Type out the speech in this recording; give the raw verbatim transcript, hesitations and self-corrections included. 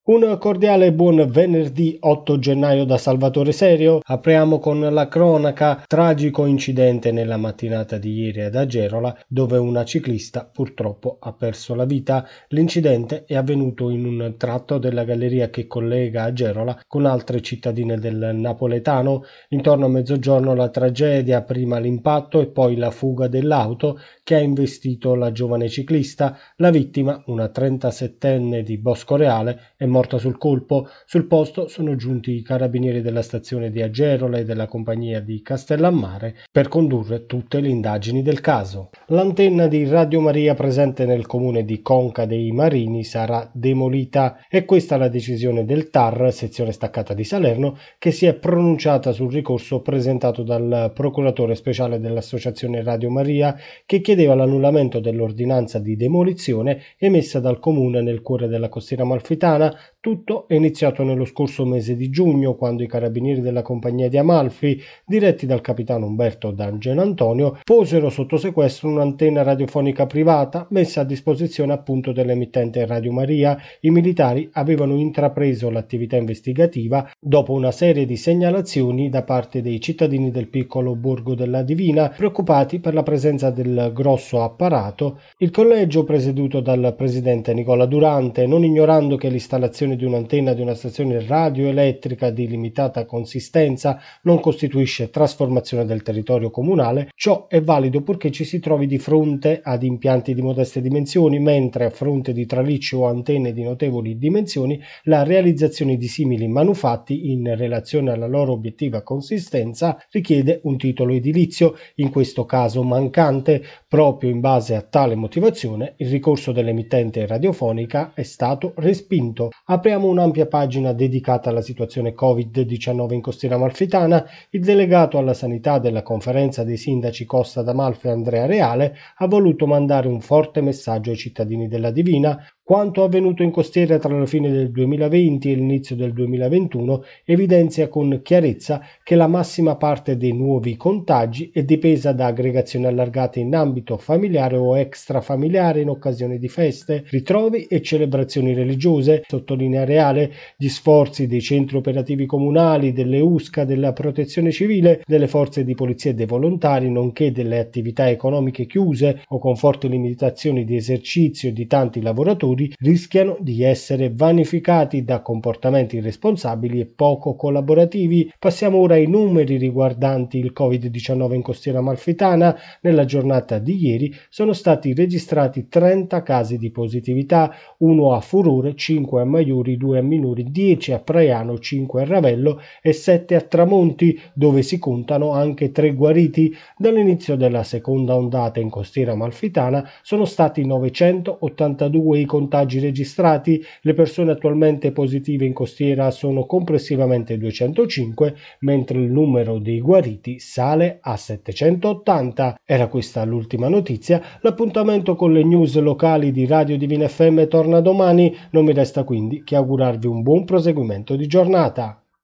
Un cordiale buon venerdì otto gennaio da Salvatore Serio. Apriamo con la cronaca: tragico incidente nella mattinata di ieri ad Agerola, dove una ciclista purtroppo ha perso la vita. L'incidente è avvenuto in un tratto della galleria che collega Agerola con altre cittadine del napoletano. Intorno a mezzogiorno la tragedia, prima l'impatto e poi la fuga dell'auto che ha investito la giovane ciclista. La vittima, una trentasettenne di Boscoreale, è morta sul colpo. Sul posto sono giunti i carabinieri della stazione di Agerola e della compagnia di Castellammare per condurre tutte le indagini del caso. L'antenna di Radio Maria presente nel comune di Conca dei Marini sarà demolita. È questa la decisione del T A R, sezione staccata di Salerno, che si è pronunciata sul ricorso presentato dal procuratore speciale dell'associazione Radio Maria, che chiedeva l'annullamento dell'ordinanza di demolizione emessa dal comune nel cuore della costiera amalfitana. Tutto è iniziato nello scorso mese di giugno, quando i carabinieri della compagnia di Amalfi, diretti dal capitano Umberto D'Angelo Antonio, posero sotto sequestro un'antenna radiofonica privata messa a disposizione appunto dell'emittente Radio Maria. I militari avevano intrapreso l'attività investigativa dopo una serie di segnalazioni da parte dei cittadini del piccolo borgo della Divina, preoccupati per la presenza del grosso apparato. Il collegio, presieduto dal presidente Nicola Durante, non ignorando che l'installazione di un'antenna di una stazione radioelettrica di limitata consistenza non costituisce trasformazione del territorio comunale, ciò è valido purché ci si trovi di fronte ad impianti di modeste dimensioni, mentre a fronte di tralicci o antenne di notevoli dimensioni la realizzazione di simili manufatti in relazione alla loro obiettiva consistenza richiede un titolo edilizio, in questo caso mancante. Proprio in base a tale motivazione il ricorso dell'emittente radiofonica è stato respinto. Apriamo un'ampia pagina dedicata alla situazione covid diciannove in costiera amalfitana. Il delegato alla sanità della conferenza dei sindaci Costa d'Amalfi, Andrea Reale, ha voluto mandare un forte messaggio ai cittadini della Divina. Quanto avvenuto in costiera tra la fine del duemilaventi e l'inizio del duemilaventuno evidenzia con chiarezza che la massima parte dei nuovi contagi è dipesa da aggregazioni allargate in ambito familiare o extrafamiliare in occasione di feste, ritrovi e celebrazioni religiose. Sottolinea Reale: gli sforzi dei centri operativi comunali, delle U S C A, della protezione civile, delle forze di polizia e dei volontari, nonché delle attività economiche chiuse o con forti limitazioni di esercizio e di tanti lavoratori rischiano di essere vanificati da comportamenti irresponsabili e poco collaborativi. Passiamo ora ai numeri riguardanti il covid diciannove in costiera amalfitana. Nella giornata di ieri sono stati registrati trenta casi di positività, uno a Furore, cinque a Maiuri, due a Minuri, dieci a Traiano, cinque a Ravello e sette a Tramonti, dove si contano anche tre guariti. Dall'inizio della seconda ondata in costiera amalfitana sono stati novecentottantadue i contagi registrati. Le persone attualmente positive in costiera sono complessivamente duecentocinque, mentre il numero dei guariti sale a settecentottanta. Era questa l'ultima notizia. L'appuntamento con le news locali di Radio Divina F M torna domani. Non mi resta quindi che augurarvi un buon proseguimento di giornata.